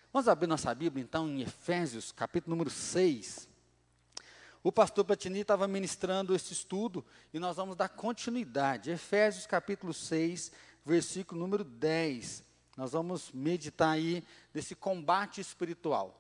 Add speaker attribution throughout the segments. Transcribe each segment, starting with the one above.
Speaker 1: Vamos abrir nossa Bíblia, então, em Efésios, capítulo número 6. O pastor Platini estava ministrando esse estudo e nós vamos dar continuidade. Efésios, capítulo 6, versículo número 10. Nós vamos meditar aí desse combate espiritual.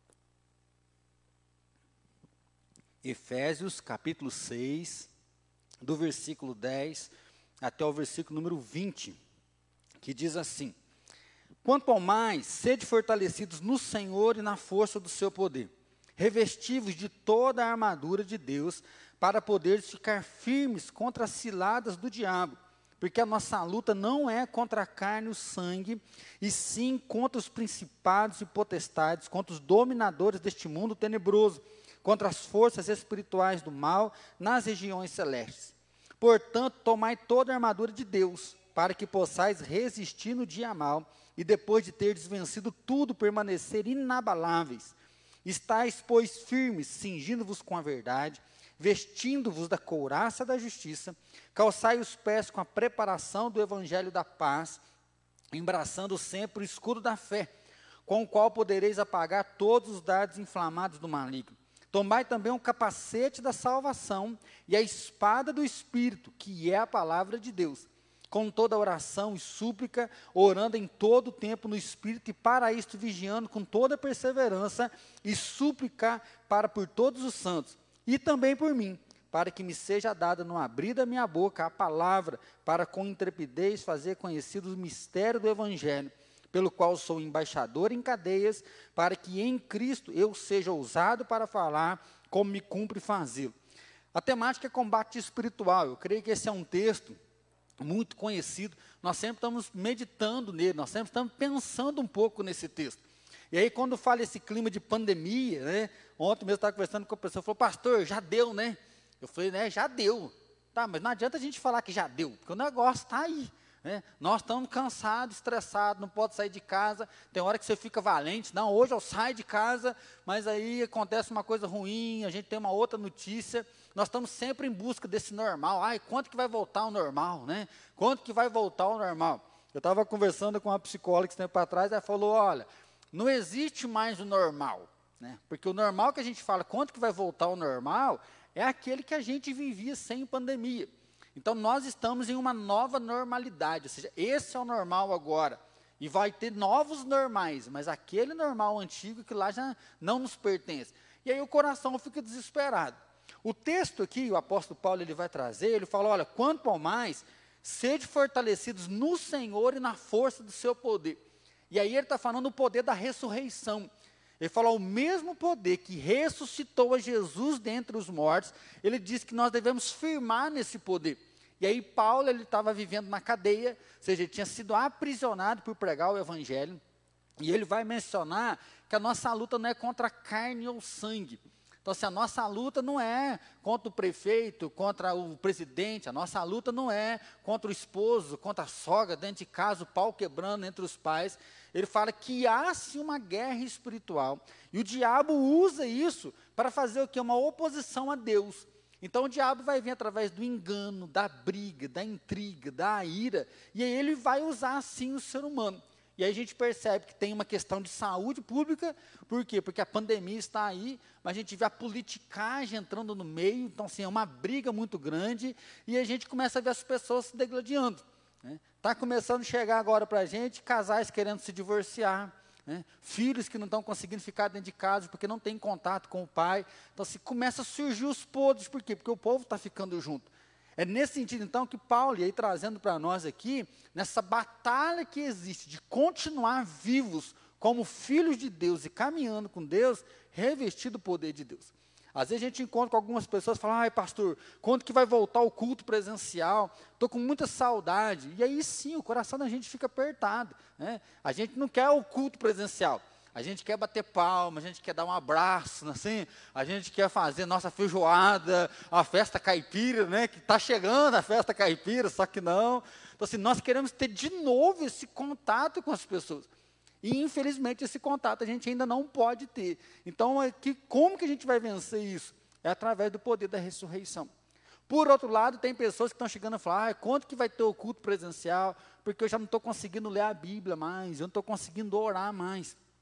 Speaker 1: Efésios, capítulo 6, do versículo 10 até o versículo número 20, que diz assim: Quanto ao mais, sede fortalecidos no Senhor e na força do seu poder, revestivos de toda a armadura de Deus, para poderes ficar firmes contra as ciladas do diabo, porque a nossa luta não é contra a carne e o sangue, e sim contra os principados e potestades, contra os dominadores deste mundo tenebroso, contra as forças espirituais do mal nas regiões celestes. Portanto, tomai toda a armadura de Deus, para que possais resistir no dia mal, e depois de terdes vencido tudo, permanecer inabaláveis. Estais, pois, firmes, cingindo-vos com a verdade, vestindo-vos da couraça da justiça, calçai os pés com a preparação do evangelho da paz, embraçando sempre o escudo da fé, com o qual podereis apagar todos os dardos inflamados do maligno. Tomai também um capacete da salvação e a espada do Espírito, que é a palavra de Deus, com toda oração e súplica, orando em todo o tempo no Espírito, e para isto vigiando com toda perseverança e súplica por todos os santos, e também por mim, para que me seja dada no abrir da minha boca a palavra, para com intrepidez fazer conhecido o mistério do Evangelho, pelo qual sou embaixador em cadeias, para que em Cristo eu seja ousado para falar como me cumpre fazê-lo. A temática é combate espiritual. Eu creio que esse é um texto muito conhecido, nós sempre estamos meditando nele, nós sempre estamos pensando um pouco nesse texto. E aí, quando fala esse clima de pandemia, né, ontem mesmo eu estava conversando com a pessoa, falou, pastor, já deu, né? Eu falei, né, já deu. Tá, mas não adianta a gente falar que já deu, porque o negócio está aí. Né? Nós estamos cansados, estressados, não pode sair de casa, tem hora que você fica valente, não, hoje eu saio de casa, mas aí acontece uma coisa ruim, a gente tem uma outra notícia, nós estamos sempre em busca desse normal. Ai, quanto que vai voltar ao normal, né? Quanto que vai voltar ao normal? Eu estava conversando com uma psicóloga esse tempo atrás, ela falou, olha, não existe mais o normal, né? Porque o normal que a gente fala, quanto que vai voltar ao normal, é aquele que a gente vivia sem pandemia. Então, nós estamos em uma nova normalidade, ou seja, esse é o normal agora, e vai ter novos normais, mas aquele normal antigo que lá já não nos pertence. E aí o coração fica desesperado. O texto aqui, o apóstolo Paulo ele vai trazer, ele fala, olha, quanto ao mais, sede fortalecidos no Senhor e na força do seu poder. E aí ele está falando o poder da ressurreição. Ele fala, o mesmo poder que ressuscitou a Jesus dentre os mortos, ele diz que nós devemos firmar nesse poder. E aí Paulo, ele estava vivendo na cadeia, ou seja, ele tinha sido aprisionado por pregar o evangelho, e ele vai mencionar que a nossa luta não é contra a carne ou sangue. Então, se a nossa luta não é contra o prefeito, contra o presidente, a nossa luta não é contra o esposo, contra a sogra, dentro de casa, o pau quebrando entre os pais. Ele fala que há sim uma guerra espiritual, e o diabo usa isso para fazer o quê? Uma oposição a Deus. Então, o diabo vai vir através do engano, da briga, da intriga, da ira, e aí ele vai usar assim o ser humano. E aí a gente percebe que tem uma questão de saúde pública, por quê? Porque a pandemia está aí, mas a gente vê a politicagem entrando no meio, então assim, é uma briga muito grande, e a gente começa a ver as pessoas se degladiando. Está começando a chegar agora para a gente, casais querendo se divorciar, né? Filhos que não estão conseguindo ficar dentro de casa porque não tem contato com o pai. Então assim, começa a surgir os podres, por quê? Porque o povo está ficando junto. É nesse sentido, então, que Paulo, e aí trazendo para nós aqui, nessa batalha que existe de continuar vivos como filhos de Deus e caminhando com Deus, revestido do poder de Deus. Às vezes a gente encontra com algumas pessoas e fala, ai pastor, quando que vai voltar o culto presencial? Estou com muita saudade. E aí sim, o coração da gente fica apertado. Né? A gente não quer o culto presencial. A gente quer bater palma, a gente quer dar um abraço, assim, a gente quer fazer nossa feijoada, a festa caipira, né, que está chegando a festa caipira, só que não. Então, assim, nós queremos ter de novo esse contato com as pessoas. E, infelizmente, esse contato a gente ainda não pode ter. Então, como que a gente vai vencer isso? É através do poder da ressurreição. Por outro lado, tem pessoas que estão chegando a falar, quanto que vai ter o culto presencial? Porque eu já não estou conseguindo ler a Bíblia mais, eu não estou conseguindo orar mais.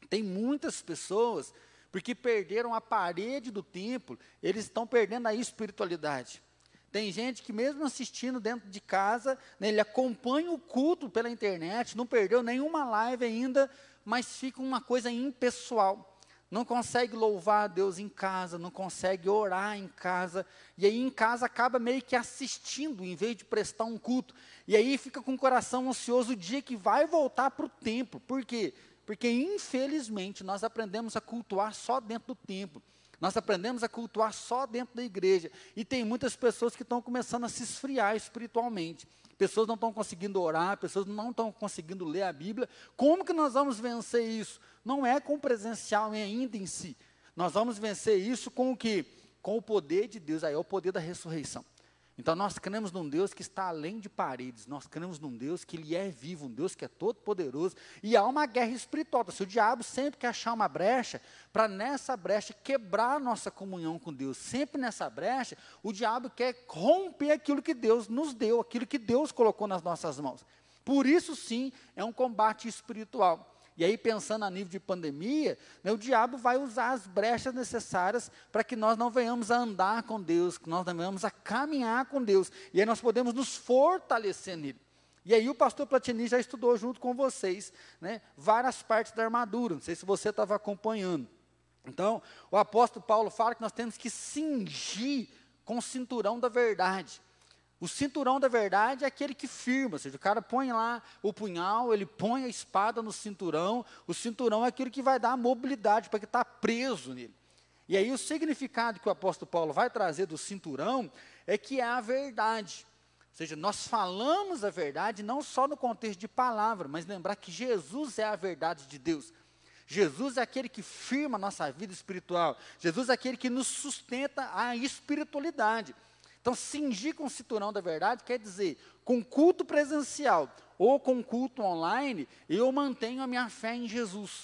Speaker 1: Tem muitas pessoas, porque perderam a parede do templo, eles estão perdendo a espiritualidade. Tem gente que mesmo assistindo dentro de casa, né, ele acompanha o culto pela internet, não perdeu nenhuma live ainda, mas fica uma coisa impessoal. Não consegue louvar a Deus em casa, não consegue orar em casa, e aí em casa acaba meio que assistindo, em vez de prestar um culto. E aí fica com o coração ansioso o dia que vai voltar para o templo. Por quê? Porque infelizmente nós aprendemos a cultuar só dentro do templo. Nós aprendemos a cultuar só dentro da igreja. E tem muitas pessoas que estão começando a se esfriar espiritualmente. Pessoas não estão conseguindo orar, pessoas não estão conseguindo ler a Bíblia. Como que nós vamos vencer isso? Não é com o presencial ainda em si. Nós vamos vencer isso com o quê? Com o poder de Deus, aí é o poder da ressurreição. Então nós cremos num Deus que está além de paredes, nós cremos num Deus que Ele é vivo, um Deus que é todo poderoso, e há uma guerra espiritual. Se o diabo sempre quer achar uma brecha, para nessa brecha quebrar a nossa comunhão com Deus, sempre nessa brecha, o diabo quer romper aquilo que Deus nos deu, aquilo que Deus colocou nas nossas mãos. Por isso sim, é um combate espiritual. E aí, pensando a nível de pandemia, né, o diabo vai usar as brechas necessárias para que nós não venhamos a andar com Deus, que nós não venhamos a caminhar com Deus. E aí nós podemos nos fortalecer nele. E aí o pastor Platini já estudou junto com vocês, né, várias partes da armadura. Não sei se você estava acompanhando. Então, o apóstolo Paulo fala que nós temos que cingir com o cinturão da verdade. O cinturão da verdade é aquele que firma, ou seja, o cara põe lá o punhal, ele põe a espada no cinturão, o cinturão é aquilo que vai dar a mobilidade para que está preso nele. E aí o significado que o apóstolo Paulo vai trazer do cinturão é que é a verdade. Ou seja, nós falamos a verdade não só no contexto de palavra, mas lembrar que Jesus é a verdade de Deus. Jesus é aquele que firma a nossa vida espiritual. Jesus é aquele que nos sustenta a espiritualidade. Então, cingir com o cinturão da verdade quer dizer, com culto presencial ou com culto online, eu mantenho a minha fé em Jesus.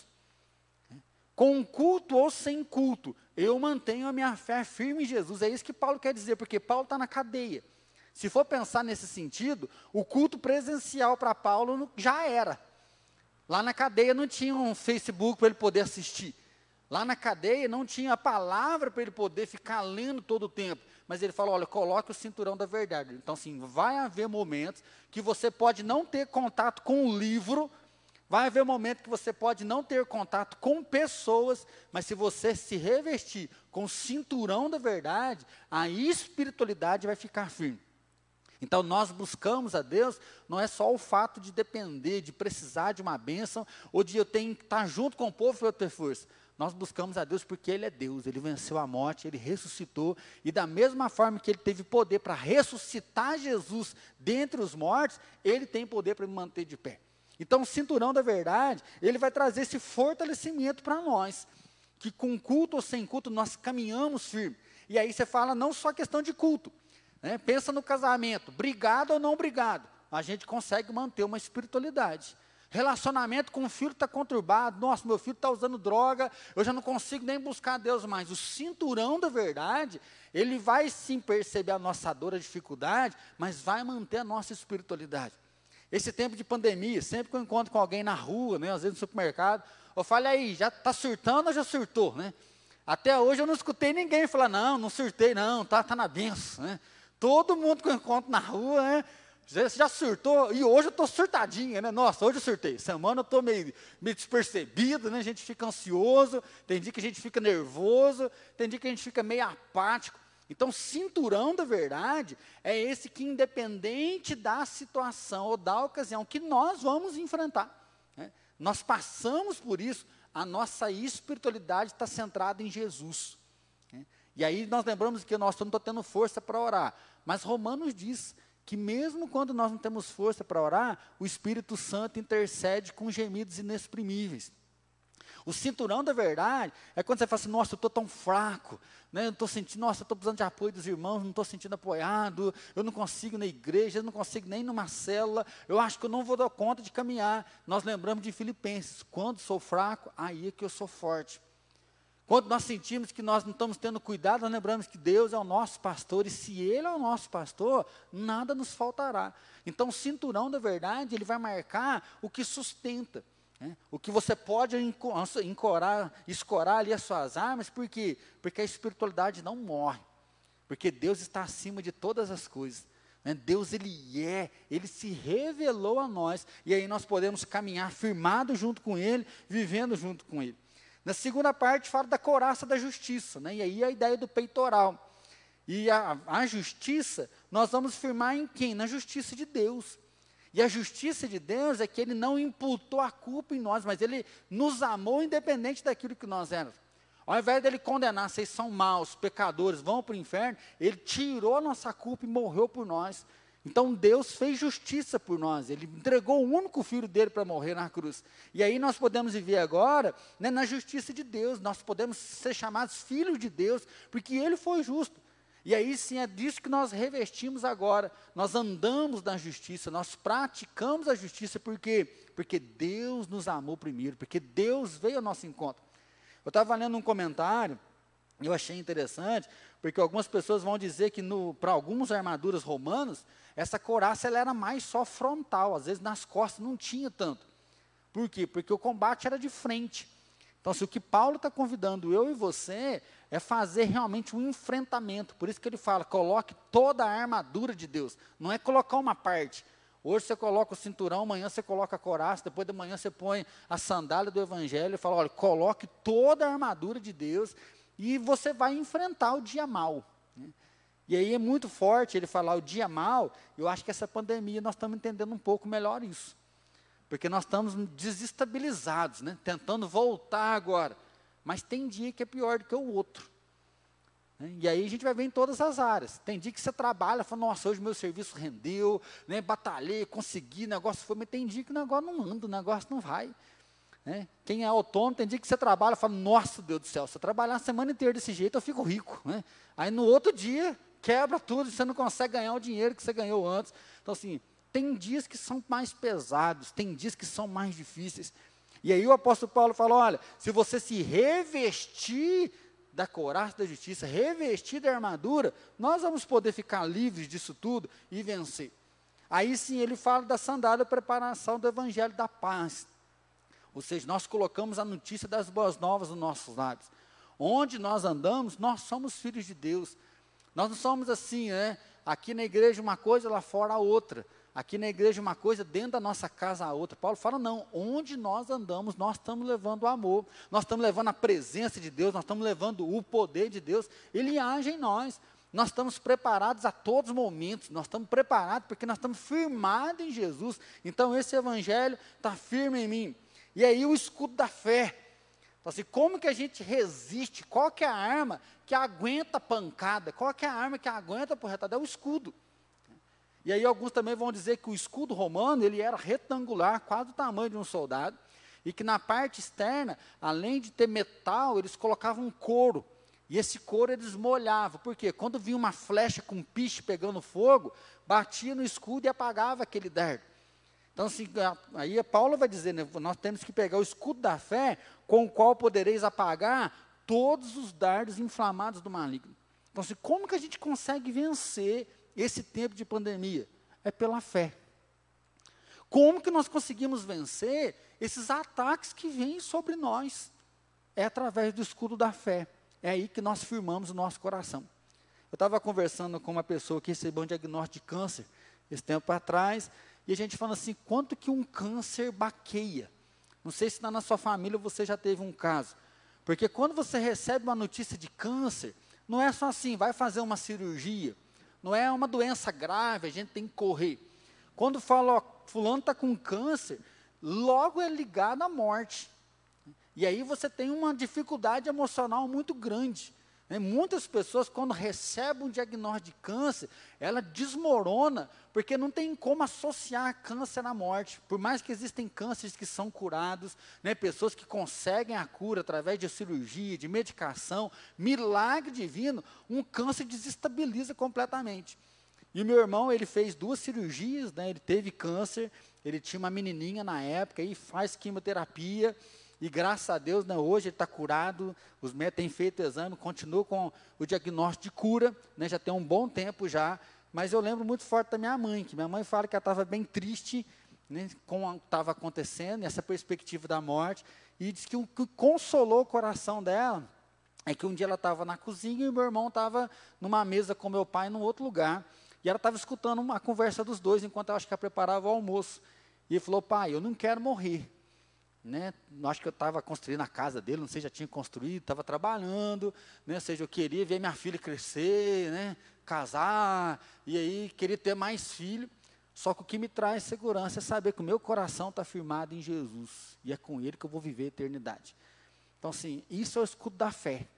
Speaker 1: Com culto ou sem culto, eu mantenho a minha fé firme em Jesus. É isso que Paulo quer dizer, porque Paulo está na cadeia. Se for pensar nesse sentido, o culto presencial para Paulo já era. Lá na cadeia não tinha um Facebook para ele poder assistir. Lá na cadeia não tinha a palavra para ele poder ficar lendo todo o tempo. Mas ele falou, olha, coloque o cinturão da verdade. Então, assim, vai haver momentos que você pode não ter contato com o livro, vai haver momentos que você pode não ter contato com pessoas, mas se você se revestir com o cinturão da verdade, a espiritualidade vai ficar firme. Então, nós buscamos a Deus, não é só o fato de depender, de precisar de uma bênção, ou de eu ter que estar junto com o povo para eu ter força. Nós buscamos a Deus porque Ele é Deus, Ele venceu a morte, Ele ressuscitou, e da mesma forma que Ele teve poder para ressuscitar Jesus dentre os mortos, Ele tem poder para me manter de pé. Então, o cinturão da verdade, ele vai trazer esse fortalecimento para nós, que com culto ou sem culto, nós caminhamos firme. E aí você fala não só questão de culto, né? Pensa no casamento, brigado ou não brigado, a gente consegue manter uma espiritualidade. Relacionamento com o filho está conturbado, nossa, meu filho está usando droga, eu já não consigo nem buscar Deus mais. O cinturão da verdade, ele vai sim perceber a nossa dor, a dificuldade, mas vai manter a nossa espiritualidade. Esse tempo de pandemia, sempre que eu encontro com alguém na rua, né, às vezes no supermercado, eu falo aí, já está surtando ou já surtou? Né? Até hoje eu não escutei ninguém falar, não surtei não, tá na benção. Né? Todo mundo que eu encontro na rua, né, você já surtou, e hoje eu estou surtadinha, né? Nossa, hoje eu surtei. Semana eu estou meio despercebido, né? A gente fica ansioso, tem dia que a gente fica nervoso, tem dia que a gente fica meio apático. Então, cinturão da verdade é esse que, independente da situação ou da ocasião que nós vamos enfrentar, né? Nós passamos por isso, a nossa espiritualidade está centrada em Jesus. Né? E aí nós lembramos que nós não estamos tendo força para orar, mas Romanos diz que mesmo quando nós não temos força para orar, o Espírito Santo intercede com gemidos inexprimíveis. O cinturão da verdade é quando você fala assim, nossa, eu estou tão fraco, né? Eu estou sentindo, nossa, eu estou precisando de apoio dos irmãos, não estou sentindo apoiado, eu não consigo ir na igreja, eu não consigo nem ir numa célula, eu acho que eu não vou dar conta de caminhar. Nós lembramos de Filipenses, quando sou fraco, aí é que eu sou forte. Quando nós sentimos que nós não estamos tendo cuidado, nós lembramos que Deus é o nosso pastor, e se Ele é o nosso pastor, nada nos faltará. Então, o cinturão da verdade, ele vai marcar o que sustenta. né? O que você pode escorar ali as suas armas, por quê? Porque a espiritualidade não morre, porque Deus está acima de todas as coisas. Deus, Ele se revelou a nós, e aí nós podemos caminhar firmados junto com Ele, vivendo junto com Ele. Na segunda parte, fala da couraça da justiça, e aí a ideia do peitoral. E a justiça, nós vamos firmar em quem? Na justiça de Deus. E a justiça de Deus é que Ele não imputou a culpa em nós, mas Ele nos amou independente daquilo que nós éramos. Ao invés dele condenar, vocês são maus, pecadores, vão para o inferno, Ele tirou a nossa culpa e morreu por nós. Então Deus fez justiça por nós, Ele entregou o único filho dele para morrer na cruz. E aí nós podemos viver agora, na justiça de Deus, nós podemos ser chamados filhos de Deus, porque Ele foi justo. E aí sim é disso que nós revestimos agora, nós andamos na justiça, nós praticamos a justiça, por quê? Porque Deus nos amou primeiro, porque Deus veio ao nosso encontro. Eu estava lendo um comentário, eu achei interessante, porque algumas pessoas vão dizer que para algumas armaduras romanas, essa couraça ela era mais só frontal, às vezes nas costas não tinha tanto. Por quê? Porque o combate era de frente. Então, se o que Paulo está convidando eu e você é fazer realmente um enfrentamento, por isso que ele fala, coloque toda a armadura de Deus, não é colocar uma parte. Hoje você coloca o cinturão, amanhã você coloca a couraça, depois de manhã você põe a sandália do evangelho e fala, olha, coloque toda a armadura de Deus e você vai enfrentar o dia mau. E aí é muito forte ele falar o dia mau, eu acho que essa pandemia nós estamos entendendo um pouco melhor isso. Porque nós estamos desestabilizados, tentando voltar agora. Mas tem dia que é pior do que o outro. E aí a gente vai ver em todas as áreas. Tem dia que você trabalha, fala, nossa, hoje meu serviço rendeu, batalhei, consegui, negócio foi, mas tem dia que o negócio não anda, o negócio não vai. Quem é autônomo, tem dia que você trabalha, fala, nossa, Deus do céu, se eu trabalhar a semana inteira desse jeito, eu fico rico. Aí no outro dia, quebra tudo, você não consegue ganhar o dinheiro que você ganhou antes. Então assim, tem dias que são mais pesados, tem dias que são mais difíceis. E aí o apóstolo Paulo fala, olha, se você se revestir da couraça da justiça, revestir da armadura, nós vamos poder ficar livres disso tudo e vencer. Aí sim ele fala da sandália da preparação do evangelho da paz. Ou seja, nós colocamos a notícia das boas novas nos nossos lábios. Onde nós andamos, nós somos filhos de Deus. Nós não somos assim, aqui na igreja uma coisa, lá fora a outra. Aqui na igreja uma coisa, dentro da nossa casa a outra. Paulo fala, não, onde nós andamos, nós estamos levando o amor, nós estamos levando a presença de Deus, nós estamos levando o poder de Deus, Ele age em nós. Nós estamos preparados a todos os momentos, nós estamos preparados porque nós estamos firmados em Jesus. Então esse evangelho está firme em mim. E aí o escudo da fé. Então, assim, como que a gente resiste? Qual que é a arma que aguenta a pancada? Qual que é a arma que aguenta a porretada? É o escudo. E aí alguns também vão dizer que o escudo romano, ele era retangular, quase do tamanho de um soldado, e que na parte externa, além de ter metal, eles colocavam um couro, e esse couro eles molhavam, por quê? Quando vinha uma flecha com piche pegando fogo, batia no escudo e apagava aquele dardo. Então, assim, aí Paulo vai dizer, nós temos que pegar o escudo da fé, com o qual podereis apagar todos os dardos inflamados do maligno. Então, assim, como que a gente consegue vencer esse tempo de pandemia? É pela fé. Como que nós conseguimos vencer esses ataques que vêm sobre nós? É através do escudo da fé. É aí que nós firmamos o nosso coração. Eu estava conversando com uma pessoa que recebeu um diagnóstico de câncer, esse tempo atrás, e a gente fala assim, quanto que um câncer baqueia? Não sei se na sua família você já teve um caso. Porque quando você recebe uma notícia de câncer, não é só assim, vai fazer uma cirurgia, não é uma doença grave, a gente tem que correr. Quando fala, ó, fulano está com câncer, logo é ligado à morte. E aí você tem uma dificuldade emocional muito grande. Muitas pessoas, quando recebem um diagnóstico de câncer, ela desmorona, porque não tem como associar câncer à morte. Por mais que existem cânceres que são curados, pessoas que conseguem a cura através de cirurgia, de medicação, milagre divino, um câncer desestabiliza completamente. E o meu irmão, ele fez 2 cirurgias, ele teve câncer, ele tinha uma menininha na época, e faz quimioterapia, e graças a Deus, hoje ele está curado, os médicos têm feito o exame, continua com o diagnóstico de cura, já tem um bom tempo já, mas eu lembro muito forte da minha mãe, que minha mãe fala que ela estava bem triste, né, com o que estava acontecendo, essa perspectiva da morte, e diz que o que consolou o coração dela é que um dia ela estava na cozinha e meu irmão estava numa mesa com meu pai num outro lugar, e ela estava escutando uma conversa dos dois, enquanto eu acho que ela preparava o almoço. E ele falou: pai, eu não quero morrer. Né? Acho que eu estava construindo a casa dele, não sei, já tinha construído, estava trabalhando, né? Ou seja, eu queria ver minha filha crescer, né? Casar, e aí queria ter mais filho. Só que o que me traz segurança é saber que o meu coração está firmado em Jesus, e é com Ele que eu vou viver a eternidade. Então, assim, isso é o escudo da fé.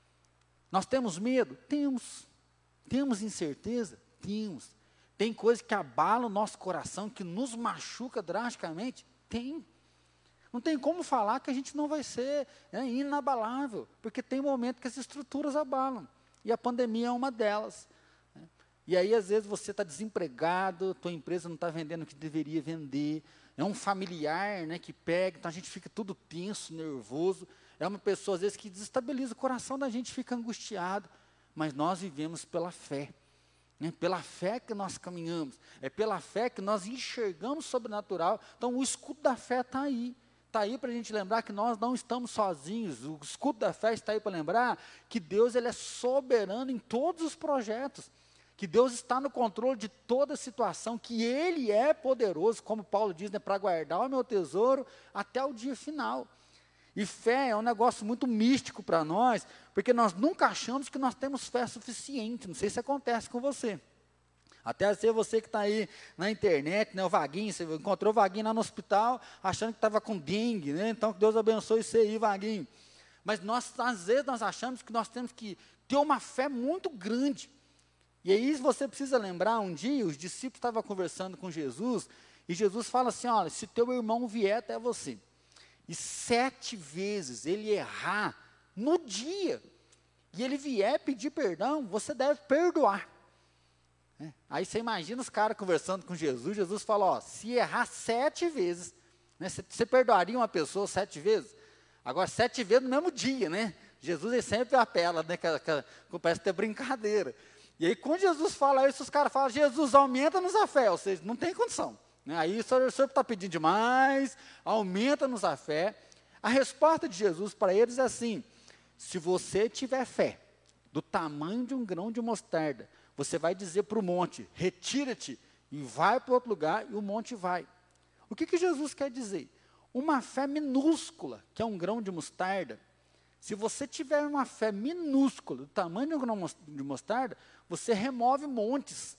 Speaker 1: Nós temos medo? Temos. Temos incerteza? Temos. Tem coisas que abalam o nosso coração, que nos machuca drasticamente? Tem. Não tem como falar que a gente não vai ser inabalável, porque tem momento que as estruturas abalam, e a pandemia é uma delas. Né? E aí, às vezes, você está desempregado, tua empresa não está vendendo o que deveria vender, é um familiar, né, que pega, então a gente fica tudo tenso, nervoso, é uma pessoa, às vezes, que desestabiliza o coração da gente, fica angustiado, mas nós vivemos pela fé. É pela fé que nós caminhamos, é pela fé que nós enxergamos o sobrenatural. Então, o escudo da fé está aí. Está aí para a gente lembrar que nós não estamos sozinhos. O escudo da fé está aí para lembrar que Deus, Ele é soberano em todos os projetos, que Deus está no controle de toda situação, que Ele é poderoso, como Paulo diz, né, para guardar o meu tesouro até o dia final. E fé é um negócio muito místico para nós, porque nós nunca achamos que nós temos fé suficiente. Não sei se acontece com você. Até ser você que está aí na internet, né, o Vaguinho, você encontrou o Vaguinho lá no hospital, achando que estava com dengue, né? Então que Deus abençoe você aí, Vaguinho. Mas às vezes nós achamos que nós temos que ter uma fé muito grande. E aí você precisa lembrar, um dia os discípulos estavam conversando com Jesus, e Jesus fala assim: olha, se teu irmão vier até você, e 7 vezes ele errar no dia, e ele vier pedir perdão, você deve perdoar. Aí você imagina os caras conversando com Jesus, Jesus fala: ó, se errar 7 vezes, né, você perdoaria uma pessoa 7 vezes? Agora, 7 vezes no mesmo dia, né? Jesus ele sempre apela, né, que parece ter brincadeira. E aí, quando Jesus fala isso, os caras falam: Jesus, aumenta-nos a fé, ou seja, não tem condição. Né? Aí o senhor está pedindo demais, aumenta-nos a fé. A resposta de Jesus para eles é assim: se você tiver fé do tamanho de um grão de mostarda, você vai dizer para o monte: retira-te e vai para outro lugar, e o monte vai. O que Jesus quer dizer? Uma fé minúscula, que é um grão de mostarda. Se você tiver uma fé minúscula, do tamanho de um grão de mostarda, você remove montes.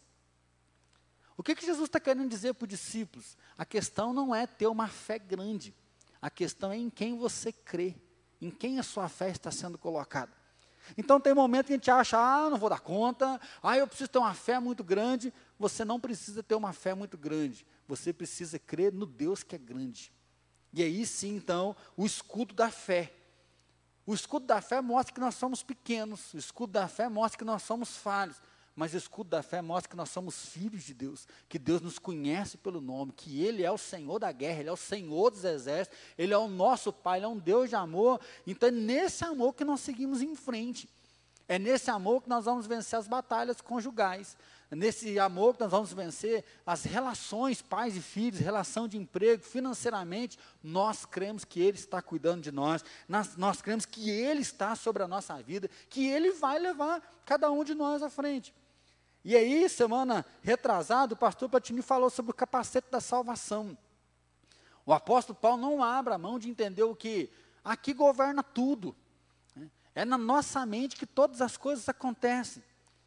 Speaker 1: O que Jesus está querendo dizer para os discípulos? A questão não é ter uma fé grande, a questão é em quem você crê, em quem a sua fé está sendo colocada. Então tem momento que a gente acha: não vou dar conta, eu preciso ter uma fé muito grande. Você não precisa ter uma fé muito grande, você precisa crer no Deus que é grande. E aí sim, então, o escudo da fé. O escudo da fé mostra que nós somos pequenos, o escudo da fé mostra que nós somos falhos, mas o escudo da fé mostra que nós somos filhos de Deus, que Deus nos conhece pelo nome, que Ele é o Senhor da guerra, Ele é o Senhor dos exércitos, Ele é o nosso Pai, Ele é um Deus de amor. Então é nesse amor que nós seguimos em frente, é nesse amor que nós vamos vencer as batalhas conjugais, é nesse amor que nós vamos vencer as relações, pais e filhos, relação de emprego, financeiramente. Nós cremos que Ele está cuidando de nós, nós cremos que Ele está sobre a nossa vida, que Ele vai levar cada um de nós à frente. E aí, semana retrasada, o pastor Platini falou sobre o capacete da salvação. O apóstolo Paulo não abre a mão de entender o que aqui governa tudo. É na nossa mente que todas as coisas acontecem.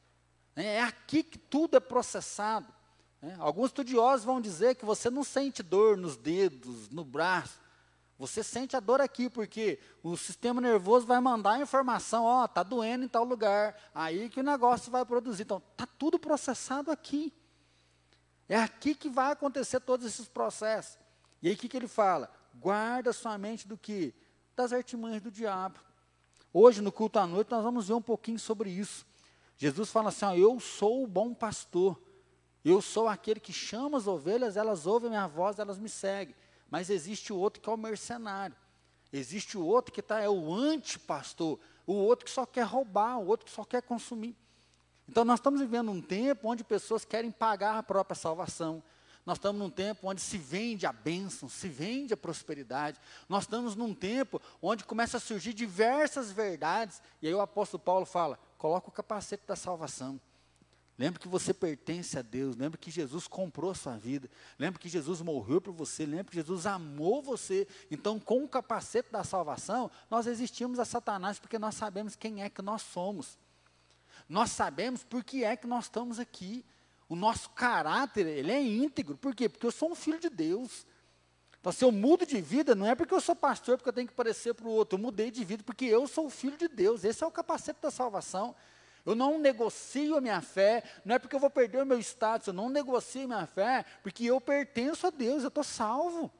Speaker 1: É aqui que tudo é processado. Alguns estudiosos vão dizer que você não sente dor nos dedos, no braço. Você sente a dor aqui, porque o sistema nervoso vai mandar a informação: está doendo em tal lugar, aí que o negócio vai produzir. Então, está tudo processado aqui. É aqui que vai acontecer todos esses processos. E aí, o que ele fala? Guarda sua mente do quê? Das artimanhas do diabo. Hoje, no culto à noite, nós vamos ver um pouquinho sobre isso. Jesus fala assim: eu sou o bom pastor, eu sou aquele que chama as ovelhas, elas ouvem a minha voz, elas me seguem. Mas existe o outro que é o mercenário, existe o outro que é o antipastor, o outro que só quer roubar, o outro que só quer consumir. Então nós estamos vivendo um tempo onde pessoas querem pagar a própria salvação, Nós estamos num tempo onde se vende a bênção, se vende a prosperidade. Nós estamos num tempo onde começa a surgir diversas verdades. E aí o apóstolo Paulo fala, coloca o capacete da salvação. Lembre que você pertence a Deus, lembre que Jesus comprou a sua vida, lembre que Jesus morreu por você, lembre que Jesus amou você. Então, com o capacete da salvação, nós resistimos a Satanás, porque nós sabemos quem é que nós somos. Nós sabemos por que é que nós estamos aqui. O nosso caráter, ele é íntegro. Por quê? Porque eu sou um filho de Deus. Então, se eu mudo de vida, não é porque eu sou pastor, porque eu tenho que parecer para o outro. Eu mudei de vida porque eu sou o filho de Deus. Esse é o capacete da salvação. Eu não negocio a minha fé, não é porque eu vou perder o meu status, eu não negocio a minha fé, porque eu pertenço a Deus, eu estou salvo.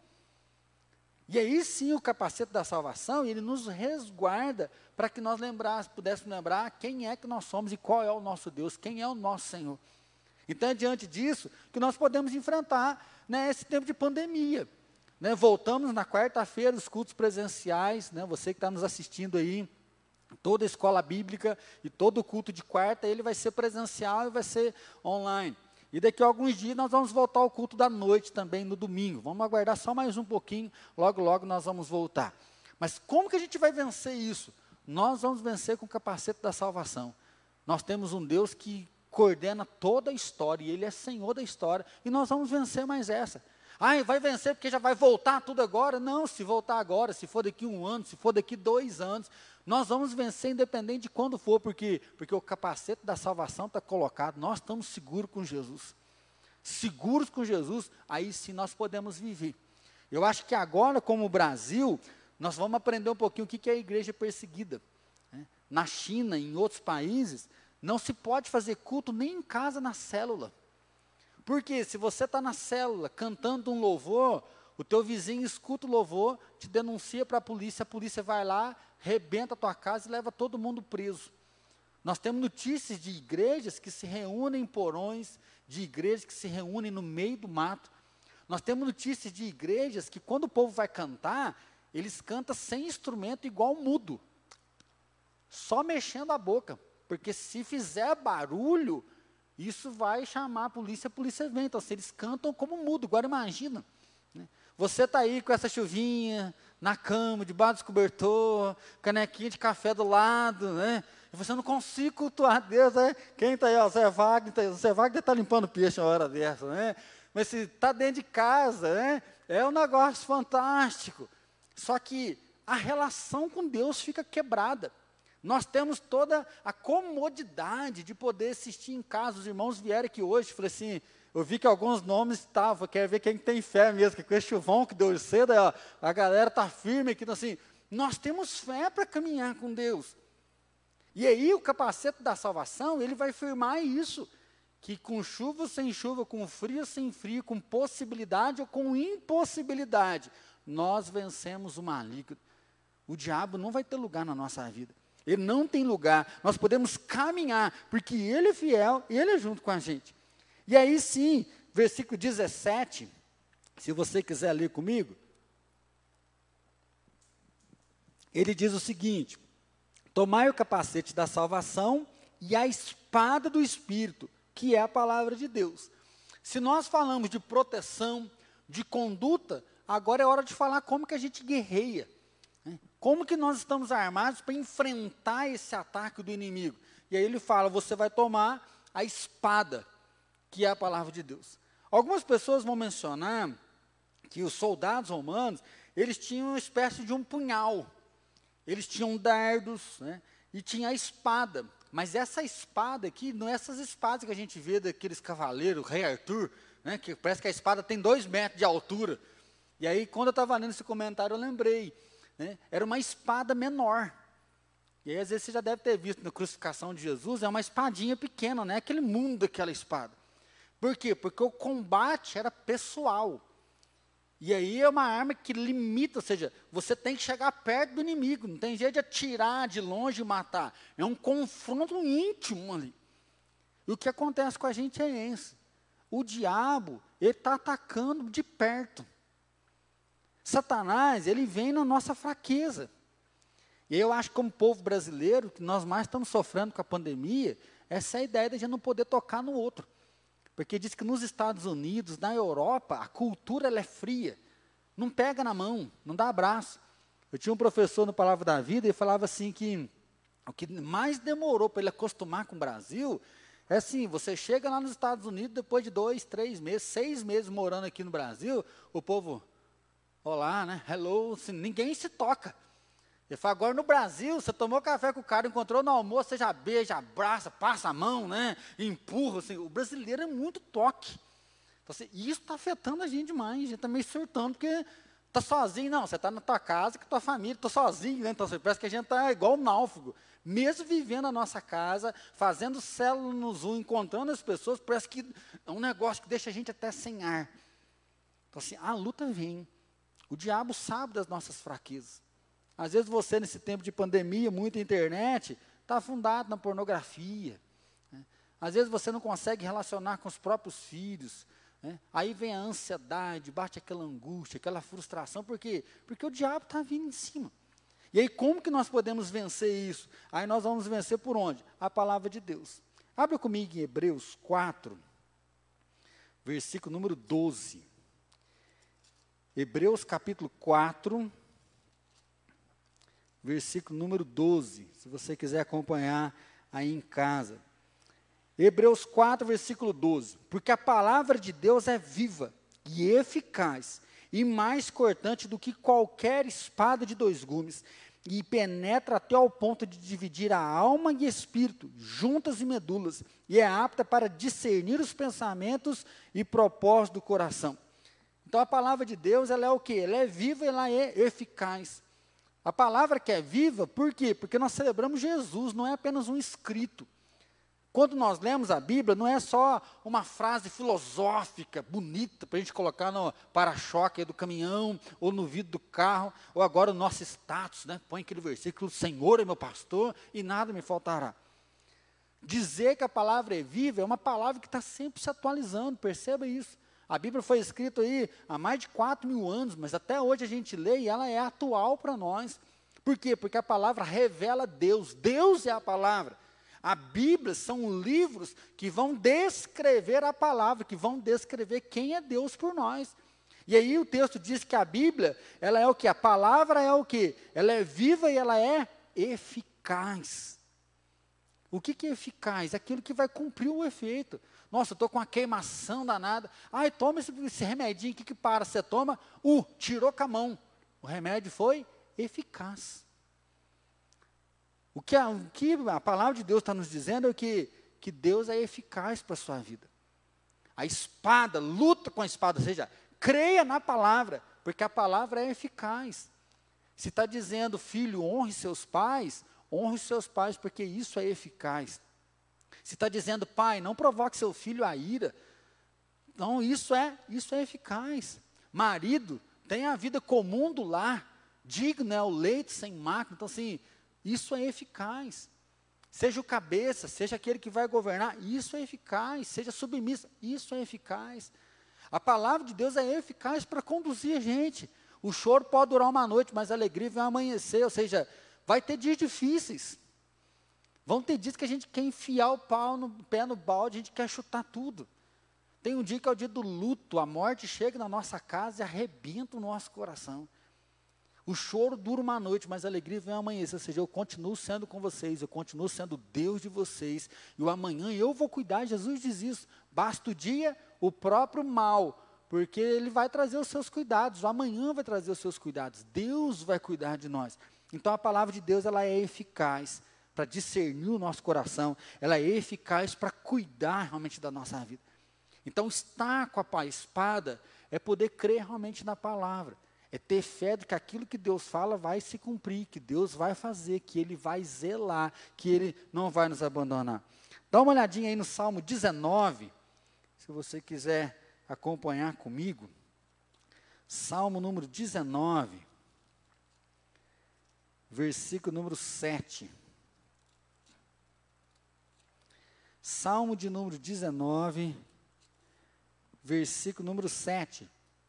Speaker 1: E aí sim o capacete da salvação, ele nos resguarda para que nós pudéssemos lembrar quem é que nós somos e qual é o nosso Deus, quem é o nosso Senhor. Então é diante disso que nós podemos enfrentar, né, esse tempo de pandemia. Né, voltamos na quarta-feira, os cultos presenciais, né, você que está nos assistindo aí, toda a escola bíblica e todo o culto de quarta, ele vai ser presencial e vai ser online. E daqui a alguns dias nós vamos voltar ao culto da noite também, no domingo. Vamos aguardar só mais um pouquinho, logo, logo nós vamos voltar. Mas como que a gente vai vencer isso? Nós vamos vencer com o capacete da salvação. Nós temos um Deus que coordena toda a história, e Ele é Senhor da história, e nós vamos vencer mais essa. Vai vencer porque já vai voltar tudo agora? Não, se voltar agora, se for daqui 1 ano, se for daqui 2 anos, nós vamos vencer independente de quando for, porque o capacete da salvação está colocado, nós estamos seguros com Jesus. Seguros com Jesus, aí sim nós podemos viver. Eu acho que agora, como Brasil, nós vamos aprender um pouquinho o que é a igreja perseguida. Né? Na China, em outros países, não se pode fazer culto nem em casa, na célula. Porque se você está na célula cantando um louvor, o teu vizinho escuta o louvor, te denuncia para a polícia vai lá, rebenta a tua casa e leva todo mundo preso. Nós temos notícias de igrejas que se reúnem em porões, de igrejas que se reúnem no meio do mato. Nós temos notícias de igrejas que quando o povo vai cantar, eles cantam sem instrumento igual mudo, só mexendo a boca, porque se fizer barulho, isso vai chamar a polícia vem. Então, se eles cantam como mudo, agora imagina, né? Você está aí com essa chuvinha, na cama, debaixo do cobertor, canequinha de café do lado, né? E você não consegue cultuar Deus, né? Quem está aí, ó, Zé Wagner está limpando peixe uma hora dessa, né? Mas se está dentro de casa, né? É um negócio fantástico. Só que a relação com Deus fica quebrada. Nós temos toda a comodidade de poder assistir em casa. Os irmãos vieram aqui hoje, falei assim, eu vi que alguns nomes estavam, quero ver quem tem fé mesmo, que com esse chuvão que deu cedo, ó, a galera está firme aqui, então assim, nós temos fé para caminhar com Deus. E aí o capacete da salvação, ele vai firmar isso, que com chuva ou sem chuva, com frio ou sem frio, com possibilidade ou com impossibilidade, nós vencemos o maligno. O diabo não vai ter lugar na nossa vida. Ele não tem lugar, nós podemos caminhar, porque Ele é fiel, Ele é junto com a gente. E aí sim, versículo 17, se você quiser ler comigo, ele diz o seguinte, tomai o capacete da salvação e a espada do Espírito, que é a palavra de Deus. Se nós falamos de proteção, de conduta, agora é hora de falar como que a gente guerreia. Como que nós estamos armados para enfrentar esse ataque do inimigo? E aí ele fala, você vai tomar a espada, que é a palavra de Deus. Algumas pessoas vão mencionar que os soldados romanos, eles tinham uma espécie de um punhal. Eles tinham dardos, né, e tinha a espada. Mas essa espada aqui, não é essas espadas que a gente vê daqueles cavaleiros, o rei Arthur, né, que parece que a espada tem 2 metros de altura. E aí, quando eu estava lendo esse comentário, eu lembrei. Né, era uma espada menor. E aí, às vezes, você já deve ter visto na crucificação de Jesus, é uma espadinha pequena, não é aquele mundo daquela espada. Por quê? Porque o combate era pessoal. E aí é uma arma que limita, ou seja, você tem que chegar perto do inimigo, não tem jeito de atirar de longe e matar. É um confronto íntimo ali. E o que acontece com a gente é esse. O diabo, ele está atacando de perto. Satanás, ele vem na nossa fraqueza. E eu acho que como povo brasileiro, que nós mais estamos sofrendo com a pandemia, essa é a ideia de a gente não poder tocar no outro. Porque diz que nos Estados Unidos, na Europa, a cultura ela é fria. Não pega na mão, não dá abraço. Eu tinha um professor no Palavra da Vida e falava assim que o que mais demorou para ele acostumar com o Brasil é assim, você chega lá nos Estados Unidos, depois de 2, 3 meses, 6 meses morando aqui no Brasil, o povo, olá, né, hello, assim, ninguém se toca. Ele fala, agora no Brasil, você tomou café com o cara, encontrou no almoço, você já beija, abraça, passa a mão, né, empurra, assim, o brasileiro é muito toque. Então, assim, isso está afetando a gente demais, a gente está meio surtando, porque está sozinho, não, você está na tua casa, com a tua família, está sozinho, né, então assim, parece que a gente está igual um náufrago. Mesmo vivendo a nossa casa, fazendo célula no Zoom, encontrando as pessoas, parece que é um negócio que deixa a gente até sem ar. Então assim, a luta vem, o diabo sabe das nossas fraquezas. Às vezes você, nesse tempo de pandemia, muita internet, está afundado na pornografia. Né? Às vezes você não consegue relacionar com os próprios filhos. Né? Aí vem a ansiedade, bate aquela angústia, aquela frustração. Por quê? Porque o diabo está vindo em cima. E aí como que nós podemos vencer isso? Aí nós vamos vencer por onde? A palavra de Deus. Abra comigo em Hebreus 4, versículo número 12. Hebreus capítulo 4, versículo número 12, se você quiser acompanhar aí em casa. Hebreus 4, versículo 12. Porque a palavra de Deus é viva e eficaz, e mais cortante do que qualquer espada de 2 gumes, e penetra até ao ponto de dividir a alma e espírito, juntas e medulas, e é apta para discernir os pensamentos e propósitos do coração. Então a palavra de Deus, ela é o quê? Ela é viva e ela é eficaz. A palavra que é viva, por quê? Porque nós celebramos Jesus, não é apenas um escrito. Quando nós lemos a Bíblia, não é só uma frase filosófica, bonita, para a gente colocar no para-choque do caminhão, ou no vidro do carro, ou agora o nosso status, né? Põe aquele versículo, Senhor é meu pastor e nada me faltará. Dizer que a palavra é viva é uma palavra que está sempre se atualizando, perceba isso. A Bíblia foi escrita aí há mais de 4.000 anos, mas até hoje a gente lê e ela é atual para nós. Por quê? Porque a palavra revela Deus, Deus é a palavra. A Bíblia são livros que vão descrever a palavra, que vão descrever quem é Deus por nós. E aí o texto diz que a Bíblia, ela é o quê? A palavra é o quê? Ela é viva e ela é eficaz. O que é eficaz? Aquilo que vai cumprir o efeito. Nossa, eu estou com uma queimação danada. Ai, toma esse remedinho aqui que para. Você toma, tirou com a mão. O remédio foi eficaz. O que a palavra de Deus está nos dizendo é que Deus é eficaz para a sua vida. A espada, luta com a espada, ou seja, creia na palavra, porque a palavra é eficaz. Se está dizendo, filho, honre seus pais porque isso é eficaz. Se está dizendo, pai, não provoque seu filho a ira, então isso é eficaz. Marido, tenha a vida comum do lar, digno é o leite sem mácula, então assim, isso é eficaz. Seja o cabeça, seja aquele que vai governar, isso é eficaz. Seja submissa, isso é eficaz. A palavra de Deus é eficaz para conduzir a gente. O choro pode durar uma noite, mas a alegria vai amanhecer, ou seja, vai ter dias difíceis. Vão ter dias que a gente quer enfiar o pé no balde, a gente quer chutar tudo. Tem um dia que é o dia do luto, a morte chega na nossa casa e arrebenta o nosso coração. O choro dura uma noite, mas a alegria vem amanhecer, ou seja, eu continuo sendo com vocês, eu continuo sendo Deus de vocês, e o amanhã eu vou cuidar, Jesus diz isso, basta o dia, o próprio mal, porque Ele vai trazer os seus cuidados, o amanhã vai trazer os seus cuidados, Deus vai cuidar de nós. Então a palavra de Deus, ela é eficaz para discernir o nosso coração, ela é eficaz para cuidar realmente da nossa vida. Então estar com a espada é poder crer realmente na palavra, é ter fé de que aquilo que Deus fala vai se cumprir, que Deus vai fazer, que Ele vai zelar, que Ele não vai nos abandonar. Dá uma olhadinha aí no Salmo 19, se você quiser acompanhar comigo. Salmo número 19, versículo número 7. Salmo de número 19, versículo número 7.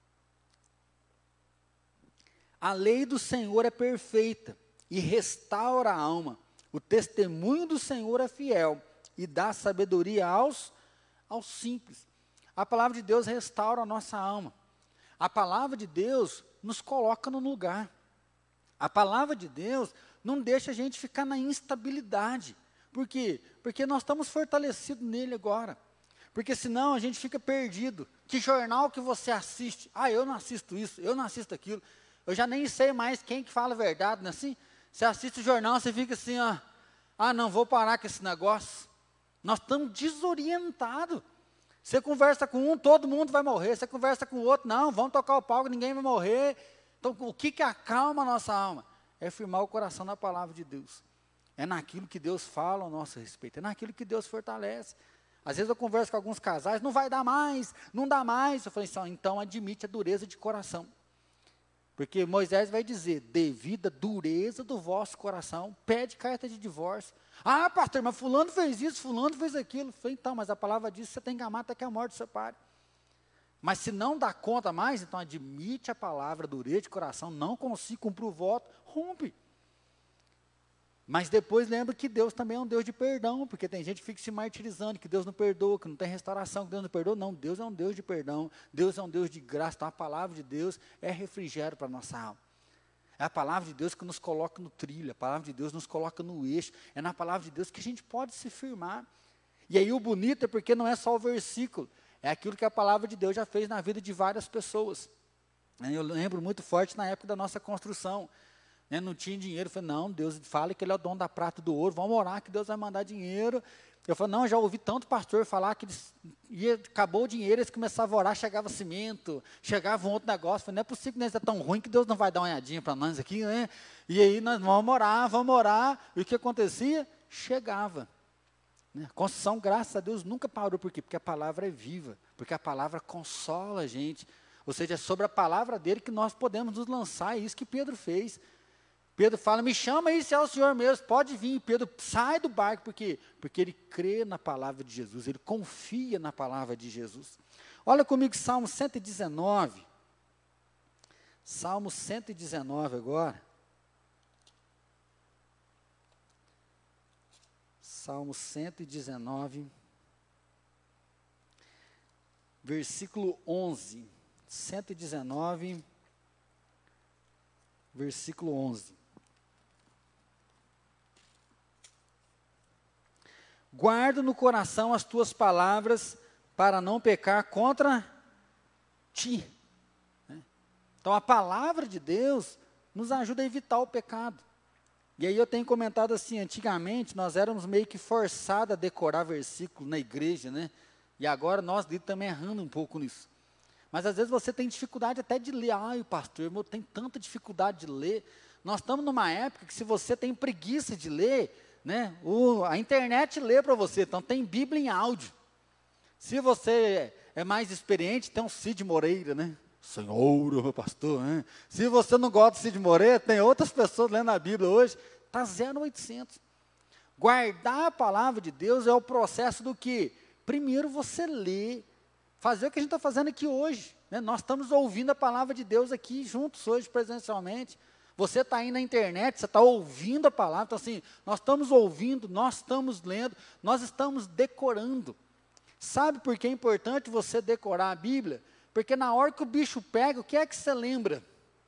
Speaker 1: A lei do Senhor é perfeita e restaura a alma. O testemunho do Senhor é fiel e dá sabedoria aos simples. A palavra de Deus restaura a nossa alma. A palavra de Deus nos coloca no lugar. A palavra de Deus não deixa a gente ficar na instabilidade. Por quê? Porque nós estamos fortalecidos nele agora. Porque senão a gente fica perdido. Que jornal que você assiste? Ah, eu não assisto isso, eu não assisto aquilo. Eu já nem sei mais quem que fala a verdade, não é assim? Você assiste o jornal, você fica assim, ó. Ah, não, vou parar com esse negócio. Nós estamos desorientados. Você conversa com um, todo mundo vai morrer. Você conversa com o outro, não, vamos tocar o palco, ninguém vai morrer. Então, o que acalma a nossa alma? É firmar o coração na palavra de Deus. É naquilo que Deus fala ao nosso respeito. É naquilo que Deus fortalece. Às vezes eu converso com alguns casais, não vai dar mais, não dá mais. Eu falei assim, então admite a dureza de coração. Porque Moisés vai dizer, devido à dureza do vosso coração, pede carta de divórcio. Ah, pastor, mas fulano fez isso, fulano fez aquilo. Eu falei, então, mas a palavra diz que você tem que amar até que a morte separe. Mas se não dá conta mais, então admite a palavra, dureza de coração, não consigo cumprir o voto, rompe. Mas depois lembra que Deus também é um Deus de perdão, porque tem gente que fica se martirizando, que Deus não perdoa, que não tem restauração, que Deus não perdoa. Não, Deus é um Deus de perdão, Deus é um Deus de graça. Então a palavra de Deus é refrigério para a nossa alma. É a palavra de Deus que nos coloca no trilho, a palavra de Deus nos coloca no eixo. É na palavra de Deus que a gente pode se firmar. E aí o bonito é porque não é só o versículo, é aquilo que a palavra de Deus já fez na vida de várias pessoas. Eu lembro muito forte na época da nossa construção. Não tinha dinheiro, eu falei, não, Deus fala que Ele é o dono da prata e do ouro, vamos orar que Deus vai mandar dinheiro. Eu falei, não, já ouvi tanto pastor falar que acabou o dinheiro, eles começavam a orar, chegava cimento, chegava um outro negócio. Eu falei, não é possível que nós é tão ruim que Deus não vai dar uma olhadinha para nós aqui, né? E aí nós vamos orar, e o que acontecia? Chegava. A construção, graças a Deus, nunca parou. Por quê? Porque a palavra é viva, porque a palavra consola a gente. Ou seja, é sobre a palavra dele que nós podemos nos lançar, é isso que Pedro fez. Pedro fala, me chama aí se é o Senhor mesmo, pode vir. Pedro sai do barco, por quê? Porque ele crê na palavra de Jesus, ele confia na palavra de Jesus. Olha comigo Salmo 119. Salmo 119 agora. Salmo 119, versículo 11. 119, versículo 11. Guarda no coração as tuas palavras para não pecar contra ti. Então a palavra de Deus nos ajuda a evitar o pecado. E aí eu tenho comentado assim, antigamente nós éramos meio que forçados a decorar versículo na igreja, né? E agora nós também errando um pouco nisso. Mas às vezes você tem dificuldade até de ler. Ai, pastor, eu tenho tanta dificuldade de ler. Nós estamos numa época que se você tem preguiça de ler, né, a internet lê para você, então tem Bíblia em áudio. Se você é mais experiente, tem um Cid Moreira, né? Senhor, meu pastor, né? Se você não gosta de Cid Moreira, tem outras pessoas lendo a Bíblia hoje, está 0,800. Guardar a palavra de Deus é o processo do que? Primeiro você lê, fazer o que a gente está fazendo aqui hoje, né? Nós estamos ouvindo a palavra de Deus aqui juntos hoje presencialmente. Você está aí na internet, você está ouvindo a palavra, então assim, nós estamos ouvindo, nós estamos lendo, nós estamos decorando. Sabe por que é importante você decorar a Bíblia? Porque na hora que o bicho pega, o que é que você lembra?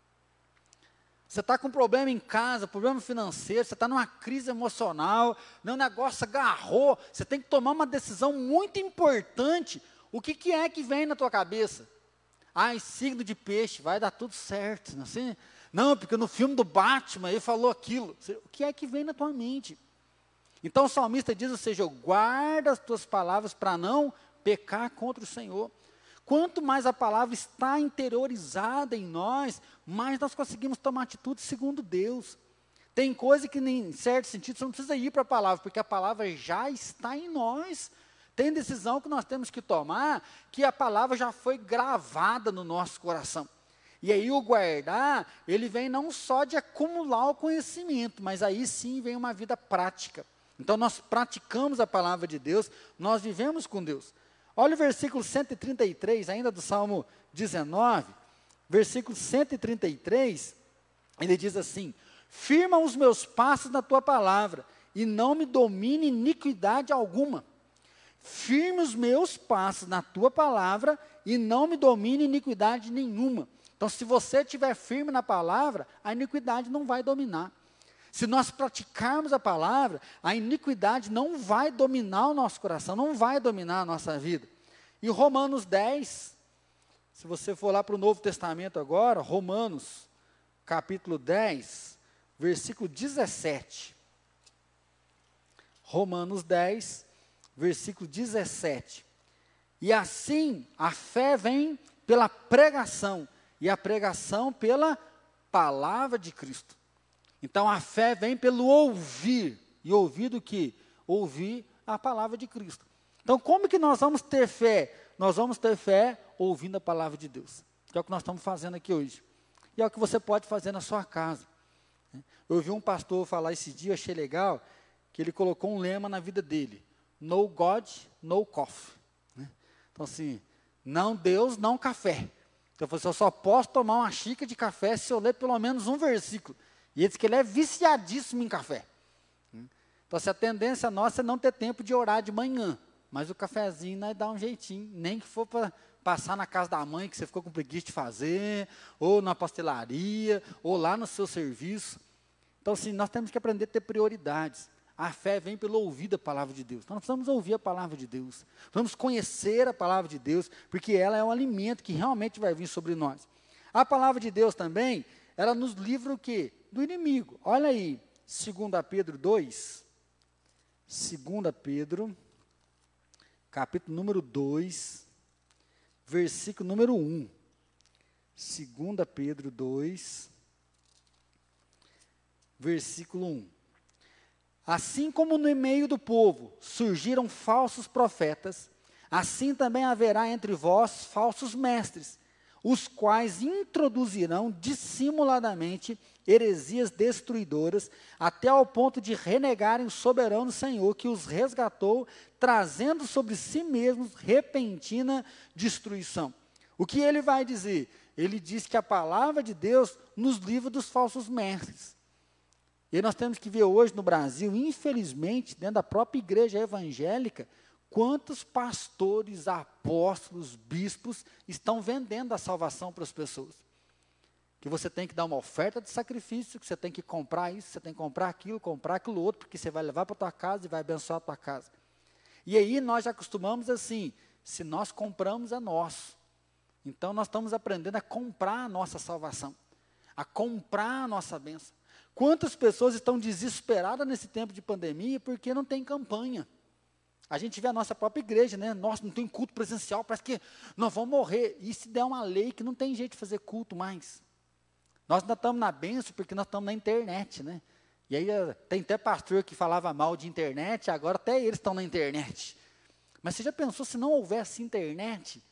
Speaker 1: Você está com problema em casa, problema financeiro, você está numa crise emocional, o negócio agarrou, você tem que tomar uma decisão muito importante. O que é que vem na tua cabeça? Ai, signo de peixe, vai dar tudo certo, não é assim? Não, porque no filme do Batman ele falou aquilo. O que é que vem na tua mente? Então o salmista diz, ou seja, guarda as tuas palavras para não pecar contra o Senhor. Quanto mais a palavra está interiorizada em nós, mais nós conseguimos tomar atitude segundo Deus. Tem coisa que, em certo sentido, você não precisa ir para a palavra, porque a palavra já está em nós. Tem decisão que nós temos que tomar, que a palavra já foi gravada no nosso coração. E aí o guardar, ele vem não só de acumular o conhecimento, mas aí sim vem uma vida prática. Então nós praticamos a palavra de Deus, nós vivemos com Deus. Olha o versículo 133, ainda do Salmo 19, versículo 133, ele diz assim, firma os meus passos na tua palavra, e não me domine iniquidade alguma. firme os meus passos na tua palavra e não me domine iniquidade nenhuma. Então, se você estiver firme na palavra, a iniquidade não vai dominar. Se nós praticarmos a palavra, a iniquidade não vai dominar o nosso coração, não vai dominar a nossa vida. E Romanos 10, se você for lá para o Novo Testamento agora, Romanos, capítulo 10, versículo 17. Romanos 10, versículo 17. E assim, a fé vem pela pregação, e a pregação pela palavra de Cristo. Então, a fé vem pelo ouvir, e ouvir do que? Ouvir a palavra de Cristo. Então, como que nós vamos ter fé? Nós vamos ter fé ouvindo a palavra de Deus, que é o que nós estamos fazendo aqui hoje. E é o que você pode fazer na sua casa. Eu ouvi um pastor falar esse dia, achei legal, que ele colocou um lema na vida dele: No God, no coffee. Então assim, não Deus, não café. Então eu só posso tomar uma xícara de café se eu ler pelo menos um versículo. E ele diz que ele é viciadíssimo em café. Então assim, a tendência nossa é não ter tempo de orar de manhã, mas o cafezinho nós dá um jeitinho, nem que for para passar na casa da mãe, que você ficou com preguiça de fazer, ou na pastelaria, ou lá no seu serviço. Então assim, nós temos que aprender a ter prioridades. A fé vem pelo ouvir da palavra de Deus. Nós precisamos ouvir a palavra de Deus. Vamos conhecer a palavra de Deus, porque ela é um alimento que realmente vai vir sobre nós. A palavra de Deus também, ela nos livra o quê? Do inimigo. Olha aí, 2 Pedro 2. 2 Pedro, capítulo número 2, versículo número 1. 2 Pedro 2, versículo 1. Assim como no meio do povo surgiram falsos profetas, assim também haverá entre vós falsos mestres, os quais introduzirão dissimuladamente heresias destruidoras, até ao ponto de renegarem o soberano Senhor que os resgatou, trazendo sobre si mesmos repentina destruição. O que ele vai dizer? Ele diz que a palavra de Deus nos livra dos falsos mestres. E nós temos que ver hoje no Brasil, infelizmente, dentro da própria igreja evangélica, quantos pastores, apóstolos, bispos estão vendendo a salvação para as pessoas. Que você tem que dar uma oferta de sacrifício, que você tem que comprar isso, você tem que comprar aquilo outro, porque você vai levar para a tua casa e vai abençoar a tua casa. E aí nós já acostumamos assim, se nós compramos é nosso. Então nós estamos aprendendo a comprar a nossa salvação, a comprar a nossa bênção. Quantas pessoas estão desesperadas nesse tempo de pandemia porque não tem campanha? A gente vê a nossa própria igreja, né? Nossa, não tem culto presencial, parece que nós vamos morrer. E se der uma lei que não tem jeito de fazer culto mais? Nós ainda estamos na bênção porque nós estamos na internet, né? E aí tem até pastor que falava mal de internet, agora até eles estão na internet. Mas você já pensou se não houvesse internet?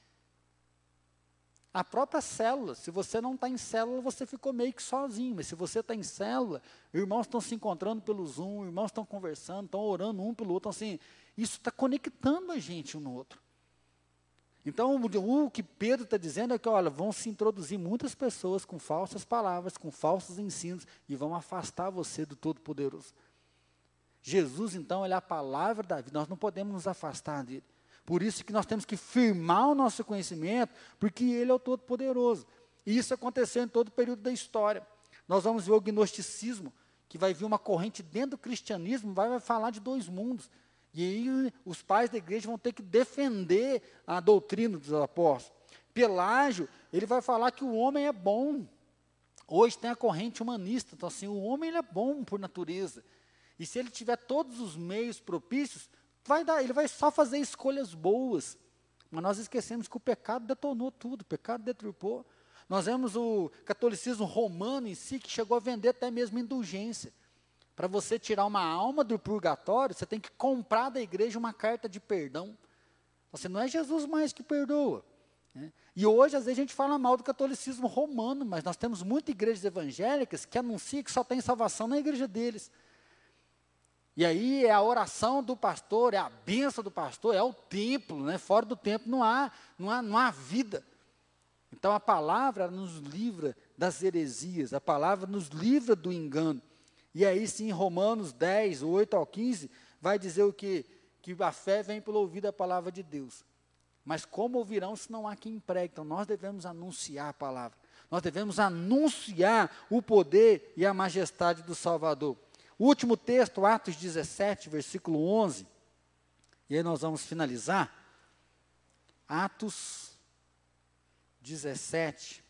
Speaker 1: A própria célula, se você não está em célula, você ficou meio que sozinho, mas se você está em célula, irmãos estão se encontrando pelo Zoom, irmãos estão conversando, estão orando um pelo outro, então, assim, isso está conectando a gente um no outro. Então, o que Pedro está dizendo é que, olha, vão se introduzir muitas pessoas com falsas palavras, com falsos ensinos, e vão afastar você do Todo-Poderoso. Jesus, então, ele é a palavra da vida, nós não podemos nos afastar dele. Por isso que nós temos que firmar o nosso conhecimento, porque ele é o Todo-Poderoso. E isso aconteceu em todo o período da história. Nós vamos ver o gnosticismo, que vai vir uma corrente dentro do cristianismo, vai falar de dois mundos. E aí os pais da igreja vão ter que defender a doutrina dos apóstolos. Pelágio, ele vai falar que o homem é bom. Hoje tem a corrente humanista, então assim, o homem ele é bom por natureza. E se ele tiver todos os meios propícios, ele vai só fazer escolhas boas. Mas nós esquecemos que o pecado detonou tudo, o pecado deturpou. Nós vemos o catolicismo romano em si, que chegou a vender até mesmo indulgência. Para você tirar uma alma do purgatório, você tem que comprar da igreja uma carta de perdão. Você não é Jesus mais que perdoa. Né? E hoje, às vezes, a gente fala mal do catolicismo romano, mas nós temos muitas igrejas evangélicas que anunciam que só tem salvação na igreja deles. E aí é a oração do pastor, é a bênção do pastor, é o templo, né? Fora do templo não há vida. Então a palavra nos livra das heresias, a palavra nos livra do engano. E aí sim, Romanos 10, 8 ao 15, vai dizer o quê? Que que a fé vem pelo ouvir da palavra de Deus. Mas como ouvirão se não há quem pregue? Então nós devemos anunciar a palavra. Nós devemos anunciar o poder e a majestade do Salvador. O último texto, Atos 17, versículo 11. E aí nós vamos finalizar. Atos 17,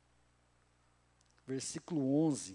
Speaker 1: versículo 11.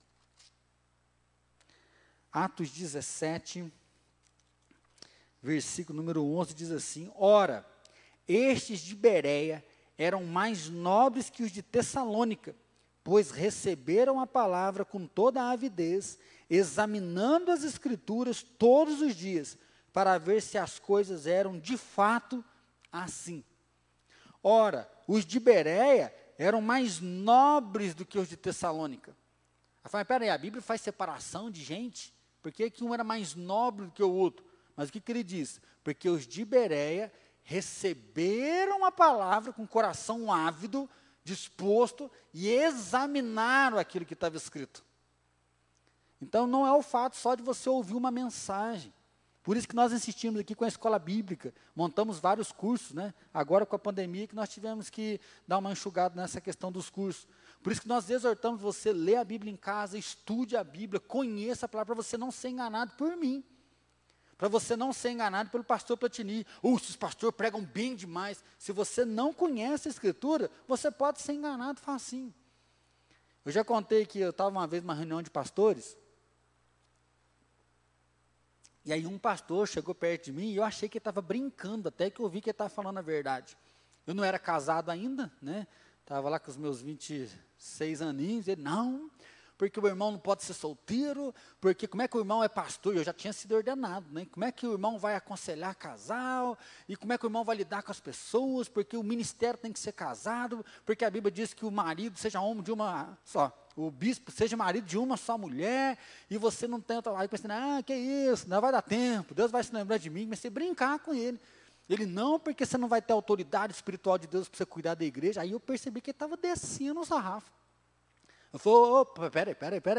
Speaker 1: Atos 17, versículo número 11, diz assim: Ora, estes de Bereia eram mais nobres que os de Tessalônica, pois receberam a palavra com toda a avidez, examinando as Escrituras todos os dias, para ver se as coisas eram de fato assim. Ora, os de Bereia eram mais nobres do que os de Tessalônica. Eu falei, peraí, a Bíblia faz separação de gente? Por que um era mais nobre do que o outro? Mas o que ele diz? Porque os de Bereia receberam a palavra com o coração ávido, disposto, e examinaram aquilo que estava escrito. Então, não é o fato só de você ouvir uma mensagem. Por isso que nós insistimos aqui com a escola bíblica, montamos vários cursos, né? Agora com a pandemia que nós tivemos que dar uma enxugada nessa questão dos cursos. Por isso que nós exortamos você a ler a Bíblia em casa, estude a Bíblia, conheça a palavra, para você não ser enganado por mim. Para você não ser enganado pelo pastor Platini. Esses pastores pregam bem demais. Se você não conhece a Escritura, você pode ser enganado facinho. Eu já contei que eu estava uma vez numa reunião de pastores, e aí um pastor chegou perto de mim, e eu achei que ele estava brincando, até que eu vi que ele estava falando a verdade. Eu não era casado ainda, né? Estava lá com os meus 26 aninhos, ele, não, porque o irmão não pode ser solteiro, porque como é que o irmão é pastor? Eu já tinha sido ordenado, né? Como é que o irmão vai aconselhar casal? E como é que o irmão vai lidar com as pessoas? Porque o ministério tem que ser casado, porque a Bíblia diz que o marido seja homem de uma só, o bispo seja marido de uma só mulher, e você não tem outra. Aí pensando, que isso, não vai dar tempo, Deus vai se lembrar de mim, comecei a brincar com ele. Ele, não, porque você não vai ter autoridade espiritual de Deus para você cuidar da igreja. Aí eu percebi que ele estava descendo o sarrafo. Eu falei, opa, peraí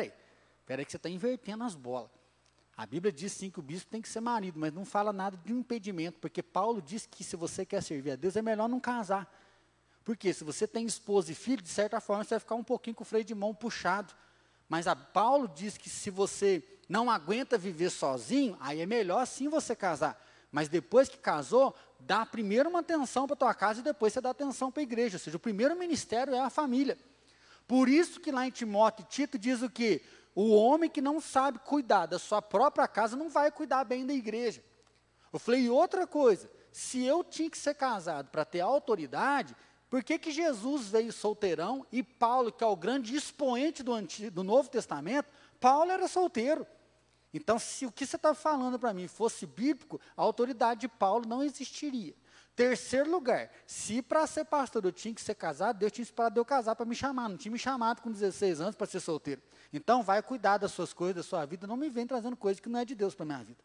Speaker 1: que você está invertendo as bolas. A Bíblia diz sim que o bispo tem que ser marido, mas não fala nada de um impedimento, porque Paulo diz que se você quer servir a Deus, é melhor não casar. Porque se você tem esposa e filho, de certa forma você vai ficar um pouquinho com o freio de mão puxado. Mas Paulo diz que se você não aguenta viver sozinho, aí é melhor sim você casar. Mas depois que casou, dá primeiro uma atenção para a tua casa e depois você dá atenção para a igreja. Ou seja, o primeiro ministério é a família. Por isso que lá em Timóteo e Tito diz o quê? O homem que não sabe cuidar da sua própria casa não vai cuidar bem da igreja. Eu falei, e outra coisa, se eu tinha que ser casado para ter autoridade, por que Jesus veio solteirão e Paulo, que é o grande expoente do Novo Testamento, Paulo era solteiro? Então, se o que você está falando para mim fosse bíblico, a autoridade de Paulo não existiria. Terceiro lugar, se para ser pastor eu tinha que ser casado, Deus tinha esperado eu casar para me chamar, não tinha me chamado com 16 anos para ser solteiro. Então, vai cuidar das suas coisas, da sua vida, não me vem trazendo coisa que não é de Deus para a minha vida.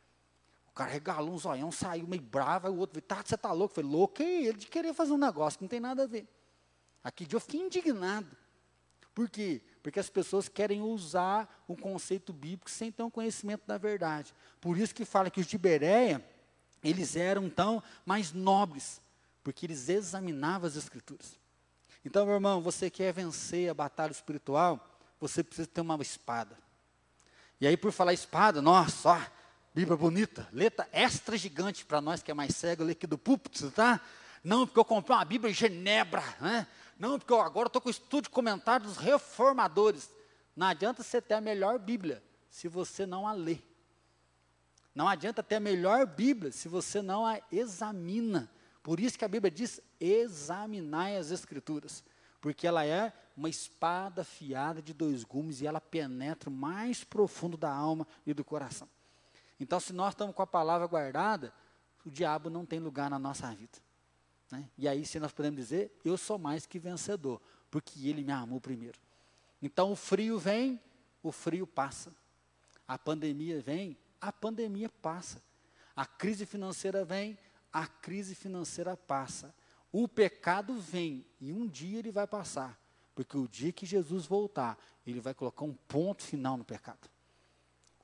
Speaker 1: O cara regalou um zoião, saiu meio bravo, aí o outro, você está louco? Eu falei, louco é ele de querer fazer um negócio que não tem nada a ver. Aqui eu fiquei indignado. Por quê? Porque as pessoas querem usar o conceito bíblico sem ter um conhecimento da verdade. Por isso que fala que os de Bereia, eles eram, então, mais nobres, porque eles examinavam as Escrituras. Então, meu irmão, você quer vencer a batalha espiritual, você precisa ter uma espada. E aí, por falar espada, nossa, ó, Bíblia bonita, letra extra gigante para nós que é mais cego, ler aqui do púlpito, tá? Não, porque eu comprei uma Bíblia em Genebra, né? Não, porque agora estou com o estudo de comentários dos reformadores. Não adianta você ter a melhor Bíblia, se você não a lê. Não adianta ter a melhor Bíblia, se você não a examina. Por isso que a Bíblia diz, examinai as Escrituras. Porque ela é uma espada afiada de 2 gumes e ela penetra o mais profundo da alma e do coração. Então, se nós estamos com a palavra guardada, o diabo não tem lugar na nossa vida. Né? E aí, se nós podemos dizer, eu sou mais que vencedor, porque ele me amou primeiro. Então, o frio vem, o frio passa. A pandemia vem, a pandemia passa. A crise financeira vem, a crise financeira passa. O pecado vem, e um dia ele vai passar. Porque o dia que Jesus voltar, ele vai colocar um ponto final no pecado.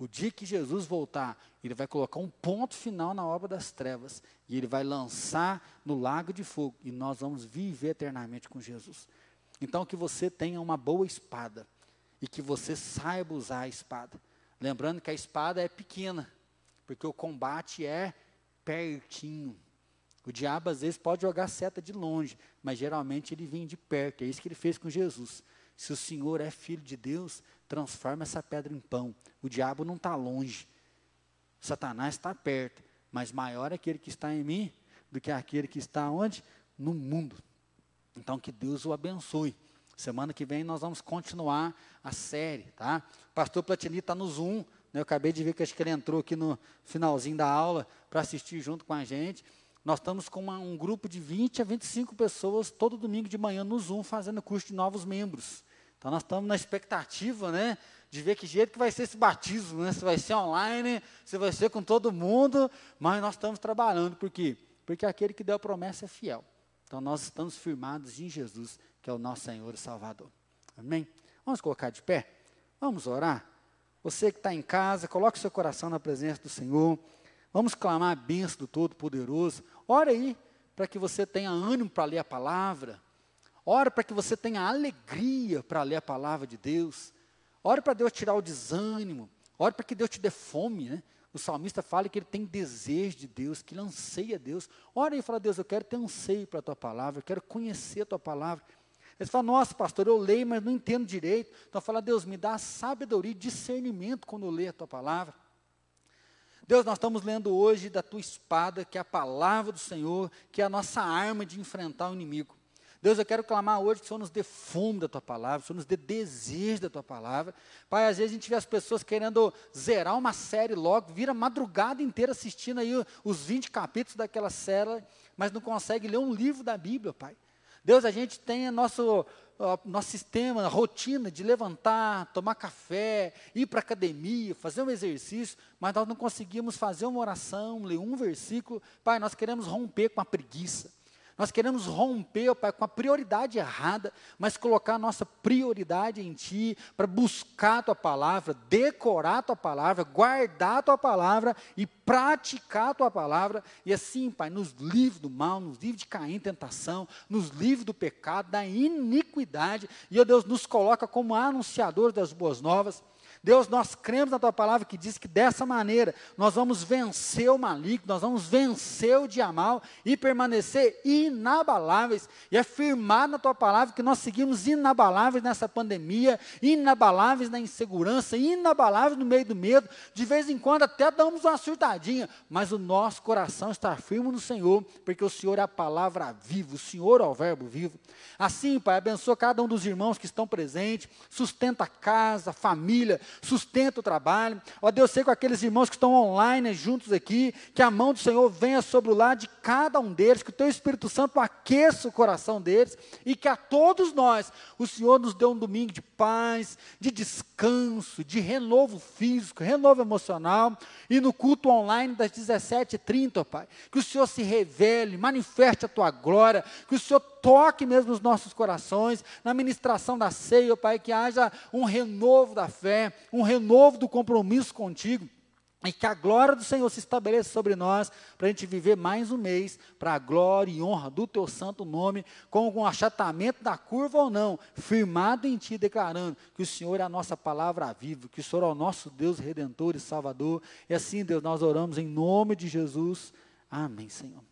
Speaker 1: O dia que Jesus voltar, ele vai colocar um ponto final na obra das trevas, e ele vai lançar no lago de fogo, e nós vamos viver eternamente com Jesus. Então, que você tenha uma boa espada, e que você saiba usar a espada. Lembrando que a espada é pequena, porque o combate é pertinho. O diabo às vezes pode jogar seta de longe, mas geralmente ele vem de perto, é isso que ele fez com Jesus. Se o Senhor é filho de Deus, transforma essa pedra em pão. O diabo não está longe, Satanás está perto, mas maior é aquele que está em mim, do que aquele que está onde? No mundo. Então que Deus o abençoe. Semana que vem nós vamos continuar a série, tá? O pastor Platini está no Zoom, né? Eu acabei de ver que acho que ele entrou aqui no finalzinho da aula para assistir junto com a gente. Nós estamos com um grupo de 20 a 25 pessoas todo domingo de manhã no Zoom fazendo curso de novos membros. Então nós estamos na expectativa, né, de ver que jeito que vai ser esse batismo, né? Se vai ser online, se vai ser com todo mundo, mas nós estamos trabalhando, por quê? Porque aquele que deu a promessa é fiel. Então nós estamos firmados em Jesus, que é o nosso Senhor e Salvador. Amém? Vamos colocar de pé? Vamos orar? Você que está em casa, coloque seu coração na presença do Senhor. Vamos clamar a bênção do Todo-Poderoso. Ora aí, para que você tenha ânimo para ler a palavra. Ora para que você tenha alegria para ler a palavra de Deus. Ore para Deus tirar o desânimo. Ore para que Deus te dê fome, né? O salmista fala que ele tem desejo de Deus, que ele anseia Deus. Ora e fala, Deus, eu quero ter anseio para a tua palavra, eu quero conhecer a tua palavra. Ele fala, nossa, pastor, eu leio, mas não entendo direito. Então fala, Deus, me dá sabedoria e discernimento quando eu leio a tua palavra. Deus, nós estamos lendo hoje da tua espada, que é a palavra do Senhor, que é a nossa arma de enfrentar o inimigo. Deus, eu quero clamar hoje que o Senhor nos dê fome da tua palavra, que o Senhor nos dê desejo da tua palavra. Pai, às vezes a gente vê as pessoas querendo zerar uma série logo, vira madrugada inteira assistindo aí os 20 capítulos daquela série, mas não consegue ler um livro da Bíblia, Pai. Deus, a gente tem nosso sistema, a rotina de levantar, tomar café, ir para a academia, fazer um exercício, mas nós não conseguimos fazer uma oração, ler um versículo. Pai, nós queremos romper com a preguiça. Nós queremos romper, Pai, com a prioridade errada, mas colocar a nossa prioridade em Ti, para buscar a Tua palavra, decorar a Tua palavra, guardar a Tua palavra e praticar a Tua palavra. E assim, Pai, nos livre do mal, nos livre de cair em tentação, nos livre do pecado, da iniquidade. E, ó Deus, nos coloca como anunciadores das boas novas. Deus, nós cremos na Tua palavra que diz que dessa maneira nós vamos vencer o maligno, nós vamos vencer o dia mal e permanecer inabaláveis. E afirmar na Tua palavra que nós seguimos inabaláveis nessa pandemia, inabaláveis na insegurança, inabaláveis no meio do medo. De vez em quando até damos uma surtadinha, mas o nosso coração está firme no Senhor, porque o Senhor é a palavra viva, o Senhor é o verbo vivo. Assim, Pai, abençoa cada um dos irmãos que estão presentes, sustenta a casa, a família, sustenta o trabalho. Ó Deus, sei com aqueles irmãos que estão online juntos aqui, que a mão do Senhor venha sobre o lado de cada um deles, que o Teu Espírito Santo aqueça o coração deles, e que a todos nós, o Senhor nos dê um domingo de paz, de descanso, de renovo físico, renovo emocional, e no culto online das 17h30, ó Pai, que o Senhor se revele, manifeste a Tua glória, que o Senhor toque mesmo nos nossos corações, na ministração da ceia, ó Pai, que haja um renovo da fé, um renovo do compromisso contigo, e que a glória do Senhor se estabeleça sobre nós, para a gente viver mais um mês, para a glória e honra do Teu santo nome, com um achatamento da curva ou não, firmado em Ti, declarando que o Senhor é a nossa palavra viva, que o Senhor é o nosso Deus Redentor e Salvador. E assim, Deus, nós oramos em nome de Jesus. Amém, Senhor.